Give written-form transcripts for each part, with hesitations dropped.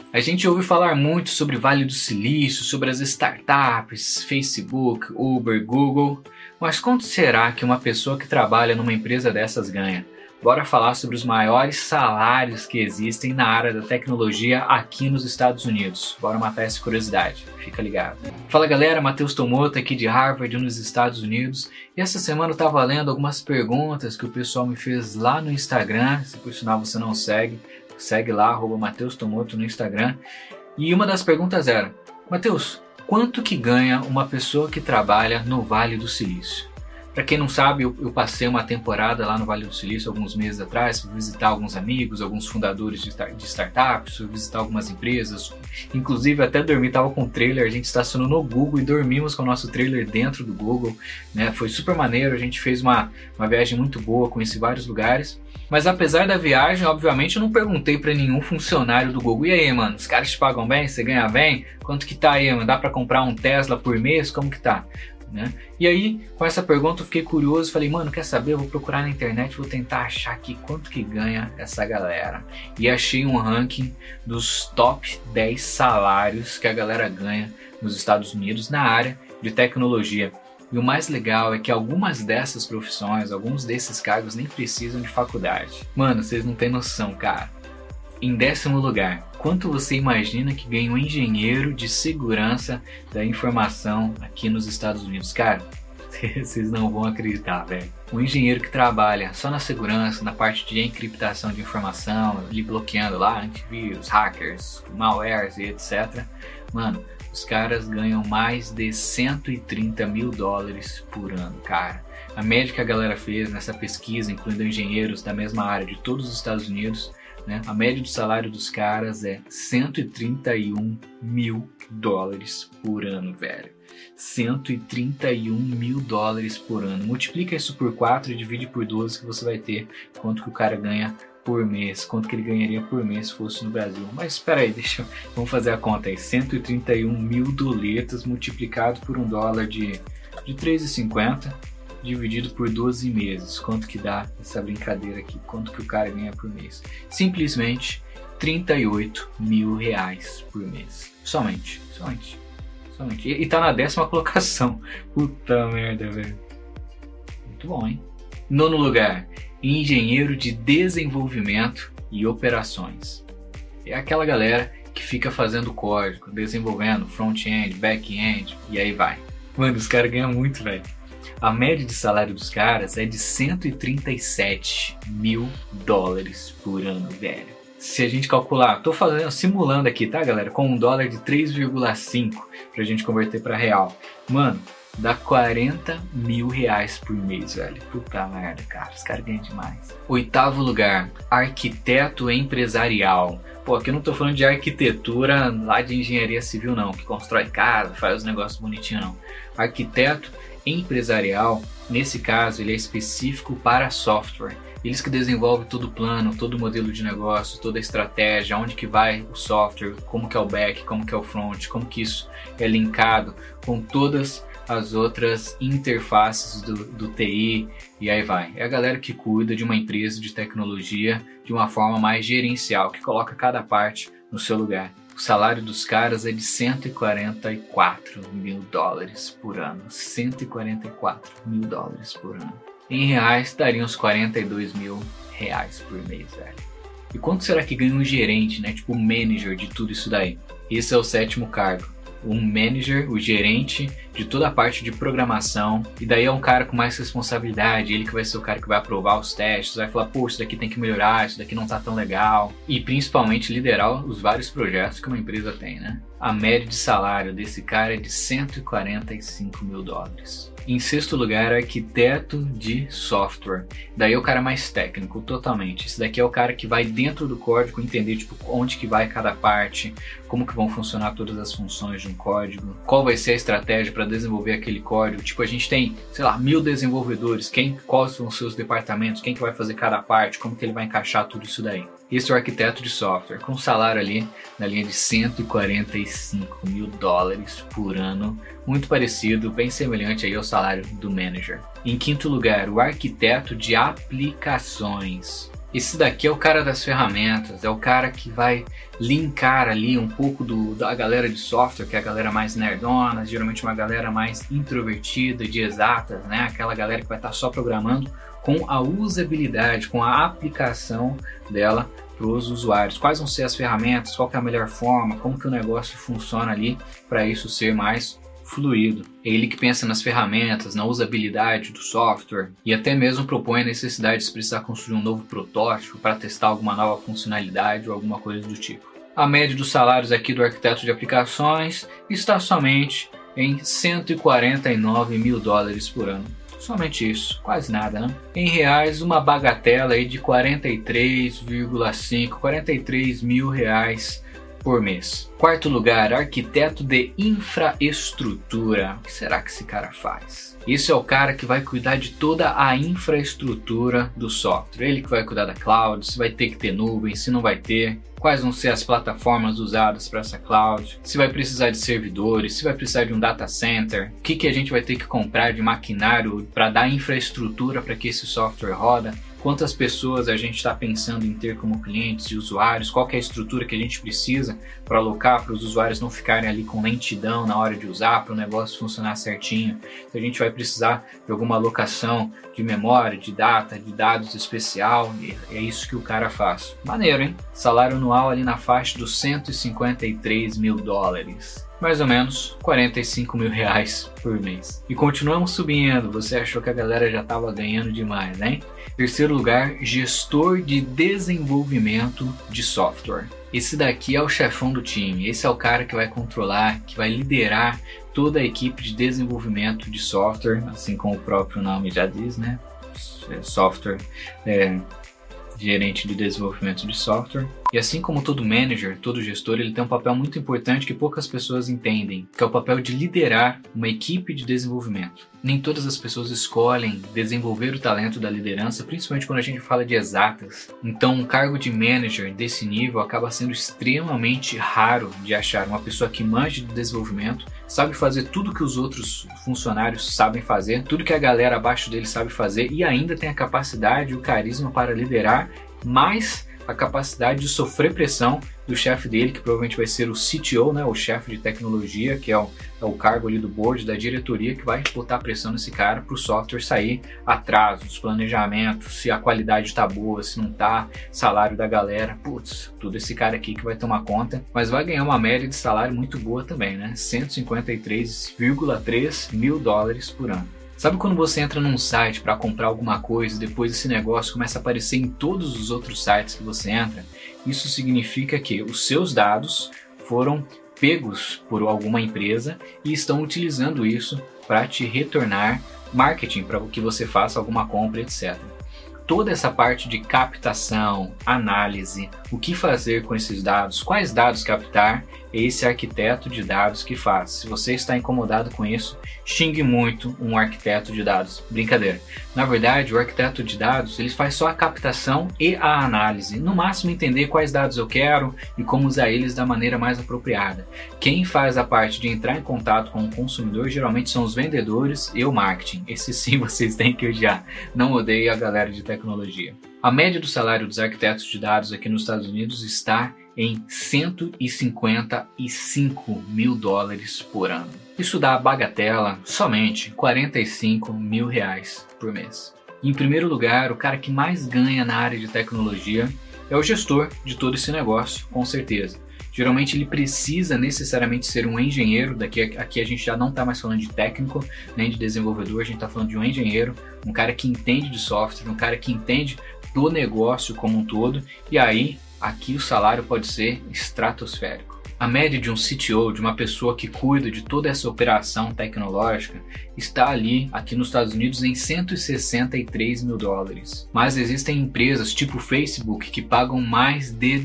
A gente ouve falar muito sobre Vale do Silício, sobre as startups, Facebook, Uber, Google, mas quanto será que uma pessoa que trabalha numa empresa dessas ganha? Bora falar sobre os maiores salários que existem na área da tecnologia aqui nos Estados Unidos. Bora matar essa curiosidade, fica ligado. Fala galera, Matheus Tomoto aqui de Harvard, nos Estados Unidos. E essa semana eu estava lendo algumas perguntas que o pessoal me fez lá no Instagram. Se por sinal você não segue, segue lá, @Matheus Tomoto no Instagram. E uma das perguntas era: Matheus, quanto que ganha uma pessoa que trabalha no Vale do Silício? Para quem não sabe, eu passei uma temporada lá no Vale do Silício alguns meses atrás, fui visitar alguns amigos, alguns fundadores de startups, fui visitar algumas empresas, inclusive até dormi, tava com o trailer, a gente estacionou no Google e dormimos com o nosso trailer dentro do Google, né? Foi super maneiro, a gente fez uma viagem muito boa, conheci vários lugares. Mas apesar da viagem, obviamente eu não perguntei para nenhum funcionário do Google: e aí, mano, os caras te pagam bem? Você ganha bem? Quanto que tá aí, mano? Dá para comprar um Tesla por mês? Como que tá? Né? E aí, com essa pergunta eu fiquei curioso, falei, mano, quer saber? Eu vou procurar na internet, vou tentar achar aqui quanto que ganha essa galera. E achei um ranking dos top 10 salários que a galera ganha nos Estados Unidos na área de tecnologia. E o mais legal é que algumas dessas profissões, alguns desses cargos nem precisam de faculdade. Mano, vocês não têm noção, cara. Em 10º lugar, quanto você imagina que ganha um engenheiro de segurança da informação aqui nos Estados Unidos? Cara, vocês não vão acreditar, velho. Um engenheiro que trabalha só na segurança, na parte de encriptação de informação, ali bloqueando lá antivírus, hackers, malwares e etc. Mano, os caras ganham mais de $130 mil por ano, cara. A média que a galera fez nessa pesquisa, incluindo engenheiros da mesma área de todos os Estados Unidos, né? A média do salário dos caras é $131 mil por ano, velho. $131 mil por ano. Multiplica isso por 4 e divide por 12 que você vai ter quanto que o cara ganha por mês, quanto que ele ganharia por mês se fosse no Brasil. Mas espera aí, vamos fazer a conta aí. 131 mil doletas multiplicado por $1 de 3,50 dividido por 12 meses. Quanto que dá essa brincadeira aqui? Quanto que o cara ganha por mês? Simplesmente R$38 mil por mês. Somente. E tá na 10ª colocação. Puta merda, velho. Muito bom, hein? 9º lugar, engenheiro de desenvolvimento e operações. É aquela galera que fica fazendo código, desenvolvendo front-end, back-end e aí vai. Mano, os caras ganham muito, velho. A média de salário dos caras é de $137 mil por ano, velho. Se a gente calcular, tô simulando aqui, tá, galera? Com $1 de 3,5 pra gente converter pra real. Mano, dá R$40 mil por mês, velho. Puta merda, cara, os caras ganham demais. 8º lugar, arquiteto empresarial. Pô, aqui eu não tô falando de arquitetura lá de engenharia civil não, que constrói casa, faz os negócios bonitinhos não. Arquiteto empresarial, nesse caso, ele é específico para software. Eles que desenvolvem todo o plano, todo o modelo de negócio, toda a estratégia, onde que vai o software, como que é o back, como que é o front, como que isso é linkado com todas as outras interfaces do TI e aí vai. É a galera que cuida de uma empresa de tecnologia de uma forma mais gerencial, que coloca cada parte no seu lugar. O salário dos caras é de $144 mil por ano. $144 mil por ano. Em reais, daria uns $42 mil por mês, velho. E quanto será que ganha um gerente, né? Tipo um manager de tudo isso daí? Esse é o 7º cargo. Um manager, o gerente de toda a parte de programação, e daí é um cara com mais responsabilidade, ele que vai ser o cara que vai aprovar os testes, vai falar, pô, isso daqui tem que melhorar, isso daqui não tá tão legal, e principalmente liderar os vários projetos que uma empresa tem, né? A média de salário desse cara é de $145 mil. Em 6º lugar, arquiteto de software. Daí é o cara mais técnico, totalmente. Esse daqui é o cara que vai dentro do código entender tipo, onde que vai cada parte, como que vão funcionar todas as funções de um código, qual vai ser a estratégia para desenvolver aquele código. Tipo, a gente tem, sei lá, 1000 desenvolvedores, quais são os seus departamentos, quem que vai fazer cada parte, como que ele vai encaixar tudo isso daí. Esse é o arquiteto de software, com um salário ali na linha de $145 mil por ano, muito parecido, bem semelhante aí ao salário do manager. Em 5º lugar, o arquiteto de aplicações. Esse daqui é o cara das ferramentas, é o cara que vai linkar ali um pouco da galera de software, que é a galera mais nerdona, geralmente uma galera mais introvertida, de exatas, né? Aquela galera que vai estar só programando, com a usabilidade, com a aplicação dela para os usuários. Quais vão ser as ferramentas, qual que é a melhor forma, como que o negócio funciona ali para isso ser mais fluido. É ele que pensa nas ferramentas, na usabilidade do software e até mesmo propõe a necessidade de se precisar construir um novo protótipo para testar alguma nova funcionalidade ou alguma coisa do tipo. A média dos salários aqui do arquiteto de aplicações está somente em 149 mil dólares por ano. Somente isso, quase nada, né? Em reais, uma bagatela aí de 43 mil reais por mês. Quarto lugar, arquiteto de infraestrutura. O que será que esse cara faz? Esse é o cara que vai cuidar de toda a infraestrutura do software. Ele que vai cuidar da cloud, se vai ter que ter nuvem, se não vai ter, quais vão ser as plataformas usadas para essa cloud, se vai precisar de servidores, se vai precisar de um data center, o que a gente vai ter que comprar de maquinário para dar infraestrutura para que esse software roda. Quantas pessoas a gente está pensando em ter como clientes e usuários, qual que é a estrutura que a gente precisa para alocar, para os usuários não ficarem ali com lentidão na hora de usar, para o negócio funcionar certinho. Se a gente vai precisar de alguma alocação de memória, de data, de dados especial, é isso que o cara faz. Maneiro, hein? Salário anual ali na faixa dos 153 mil dólares. Mais ou menos 45 mil reais por mês. E continuamos subindo, você achou que a galera já estava ganhando demais, hein? Terceiro lugar, gestor de desenvolvimento de software. Esse daqui é o chefão do time, esse é o cara que vai controlar, que vai liderar toda a equipe de desenvolvimento de software, assim como o próprio nome já diz, né? Software, gerente de desenvolvimento de software. E assim como todo manager, todo gestor, ele tem um papel muito importante que poucas pessoas entendem, que é o papel de liderar uma equipe de desenvolvimento. Nem todas as pessoas escolhem desenvolver o talento da liderança, principalmente quando a gente fala de exatas. Então, um cargo de manager desse nível acaba sendo extremamente raro de achar. Uma pessoa que manja de desenvolvimento, sabe fazer tudo que os outros funcionários sabem fazer, tudo que a galera abaixo dele sabe fazer e ainda tem a capacidade e o carisma para liderar, mas a capacidade de sofrer pressão do chefe dele, que provavelmente vai ser o CTO, né, o chefe de tecnologia, que é o cargo ali do board, da diretoria, que vai botar pressão nesse cara para o software sair atrás dos planejamentos, se a qualidade está boa, se não está, salário da galera, putz, tudo esse cara aqui que vai tomar conta, mas vai ganhar uma média de salário muito boa também, né, 153,3 mil dólares por ano. Sabe quando você entra num site para comprar alguma coisa e depois esse negócio começa a aparecer em todos os outros sites que você entra? Isso significa que os seus dados foram pegos por alguma empresa e estão utilizando isso para te retornar marketing, para que você faça alguma compra, etc. Toda essa parte de captação, análise, o que fazer com esses dados, quais dados captar, é esse arquiteto de dados que faz. Se você está incomodado com isso, xingue muito um arquiteto de dados. Brincadeira. Na verdade, o arquiteto de dados ele faz só a captação e a análise. No máximo entender quais dados eu quero e como usar eles da maneira mais apropriada. Quem faz a parte de entrar em contato com o consumidor geralmente são os vendedores e o marketing. Esse sim vocês têm que odiar. Não odeie a galera de tecnologia. A média do salário dos arquitetos de dados aqui nos Estados Unidos está em 155 mil dólares por ano. Isso dá a bagatela somente 45 mil reais por mês. Em primeiro lugar, o cara que mais ganha na área de tecnologia é o gestor de todo esse negócio, com certeza. Geralmente ele precisa necessariamente ser um engenheiro, aqui a gente já não está mais falando de técnico, nem de desenvolvedor, a gente está falando de um engenheiro, um cara que entende de software, um cara que entende do negócio como um todo, e aí aqui o salário pode ser estratosférico. A média de um CTO, de uma pessoa que cuida de toda essa operação tecnológica, está ali, aqui nos Estados Unidos, em 163 mil dólares. Mas existem empresas tipo Facebook que pagam mais de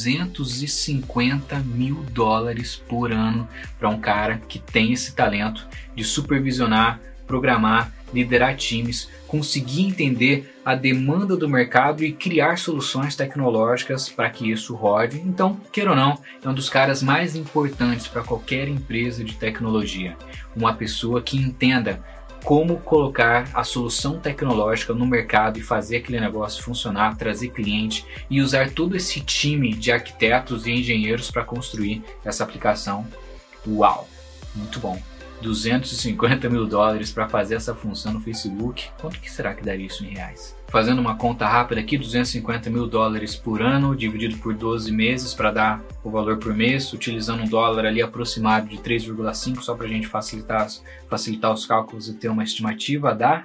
250 mil dólares por ano para um cara que tem esse talento de supervisionar, programar, liderar times, conseguir entender a demanda do mercado e criar soluções tecnológicas para que isso rode. Então, queira ou não, é um dos caras mais importantes para qualquer empresa de tecnologia. Uma pessoa que entenda como colocar a solução tecnológica no mercado e fazer aquele negócio funcionar, trazer cliente e usar todo esse time de arquitetos e engenheiros para construir essa aplicação. Uau, muito bom. 250 mil dólares para fazer essa função no Facebook. Quanto que será que daria isso em reais? Fazendo uma conta rápida aqui, 250 mil dólares por ano, dividido por 12 meses para dar o valor por mês, utilizando um dólar ali aproximado de 3,5, só para a gente facilitar os cálculos e ter uma estimativa, dá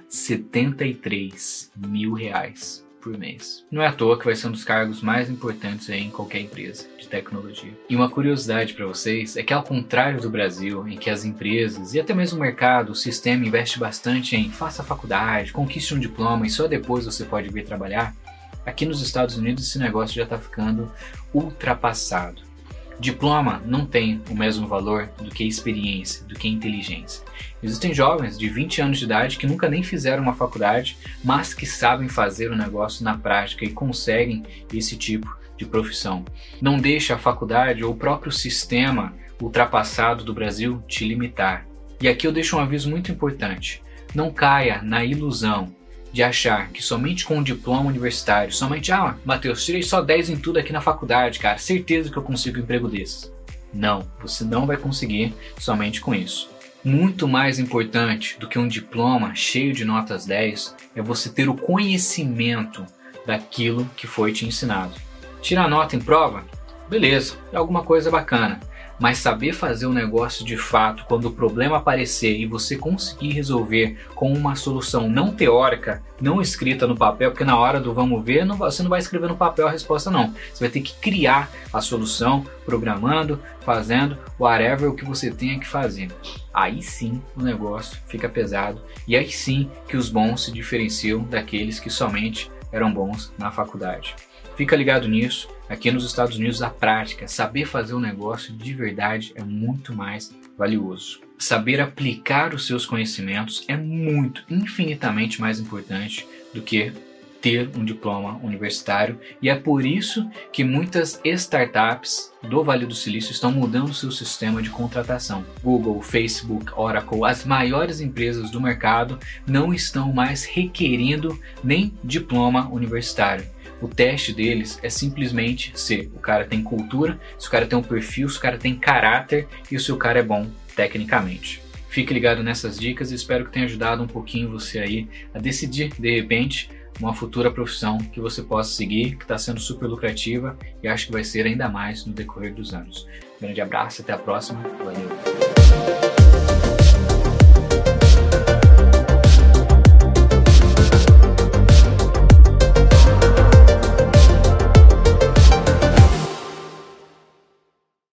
73 mil reais por mês. Não é à toa que vai ser um dos cargos mais importantes aí em qualquer empresa de tecnologia. E uma curiosidade para vocês é que, ao contrário do Brasil, em que as empresas e até mesmo o mercado, o sistema investe bastante em faça faculdade, conquiste um diploma e só depois você pode vir trabalhar, aqui nos Estados Unidos esse negócio já está ficando ultrapassado. Diploma não tem o mesmo valor do que experiência, do que inteligência. Existem jovens de 20 anos de idade que nunca nem fizeram uma faculdade, mas que sabem fazer o negócio na prática e conseguem esse tipo de profissão. Não deixa a faculdade ou o próprio sistema ultrapassado do Brasil te limitar. E aqui eu deixo um aviso muito importante. Não caia na ilusão de achar que somente com um diploma universitário, Matheus, tirei só 10 em tudo aqui na faculdade, cara, certeza que eu consigo um emprego desses. Não, você não vai conseguir somente com isso. Muito mais importante do que um diploma cheio de notas 10 é você ter o conhecimento daquilo que foi te ensinado. Tirar nota em prova? Beleza, é alguma coisa bacana. Mas saber fazer o negócio de fato, quando o problema aparecer e você conseguir resolver com uma solução não teórica, não escrita no papel, porque na hora do vamos ver, você não vai escrever no papel a resposta não. Você vai ter que criar a solução, programando, fazendo, whatever o que você tenha que fazer. Aí sim o negócio fica pesado e aí sim que os bons se diferenciam daqueles que somente eram bons na faculdade. Fica ligado nisso. Aqui nos Estados Unidos, a prática, saber fazer um negócio de verdade é muito mais valioso. Saber aplicar os seus conhecimentos é muito, infinitamente mais importante do que ter um diploma universitário. E é por isso que muitas startups do Vale do Silício estão mudando seu sistema de contratação. Google, Facebook, Oracle, as maiores empresas do mercado não estão mais requerendo nem diploma universitário. O teste deles é simplesmente se o cara tem cultura, se o cara tem um perfil, se o cara tem caráter e se o cara é bom tecnicamente. Fique ligado nessas dicas e espero que tenha ajudado um pouquinho você aí a decidir, de repente, uma futura profissão que você possa seguir, que está sendo super lucrativa e acho que vai ser ainda mais no decorrer dos anos. Um grande abraço, até a próxima, valeu!